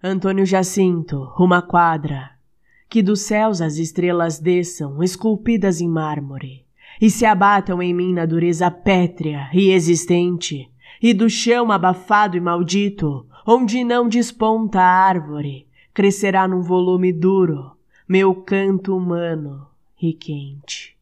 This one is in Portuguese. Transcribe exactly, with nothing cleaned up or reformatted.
Antônio Jacinto, uma quadra. Que dos céus as estrelas desçam, esculpidas em mármore, e se abatam em mim na dureza pétrea e existente, e do chão abafado e maldito, onde não desponta a árvore, crescerá num volume duro meu canto humano e quente.